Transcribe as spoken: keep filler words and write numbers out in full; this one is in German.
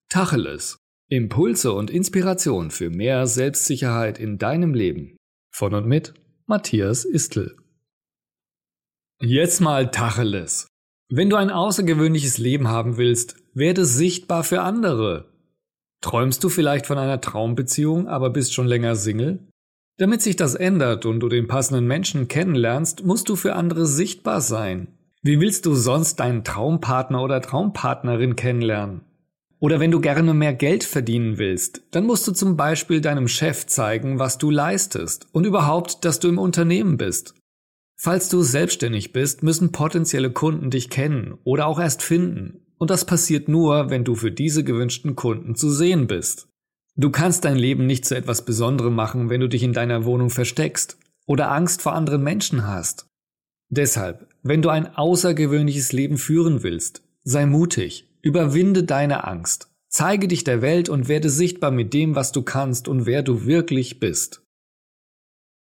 Tacheles. Impulse und Inspiration für mehr Selbstsicherheit in deinem Leben. Von und mit Matthias Istl. Jetzt mal Tacheles. Wenn du ein außergewöhnliches Leben haben willst, werde sichtbar für andere. Träumst du vielleicht von einer Traumbeziehung, aber bist schon länger Single? Damit sich das ändert und du den passenden Menschen kennenlernst, musst du für andere sichtbar sein. Wie willst du sonst deinen Traumpartner oder Traumpartnerin kennenlernen? Oder wenn du gerne mehr Geld verdienen willst, dann musst du zum Beispiel deinem Chef zeigen, was du leistest und überhaupt, dass du im Unternehmen bist. Falls du selbstständig bist, müssen potenzielle Kunden dich kennen oder auch erst finden. Und das passiert nur, wenn du für diese gewünschten Kunden zu sehen bist. Du kannst dein Leben nicht zu etwas Besonderem machen, wenn du dich in deiner Wohnung versteckst oder Angst vor anderen Menschen hast. Deshalb, wenn du ein außergewöhnliches Leben führen willst, sei mutig. Überwinde deine Angst, zeige dich der Welt und werde sichtbar mit dem, was du kannst und wer du wirklich bist.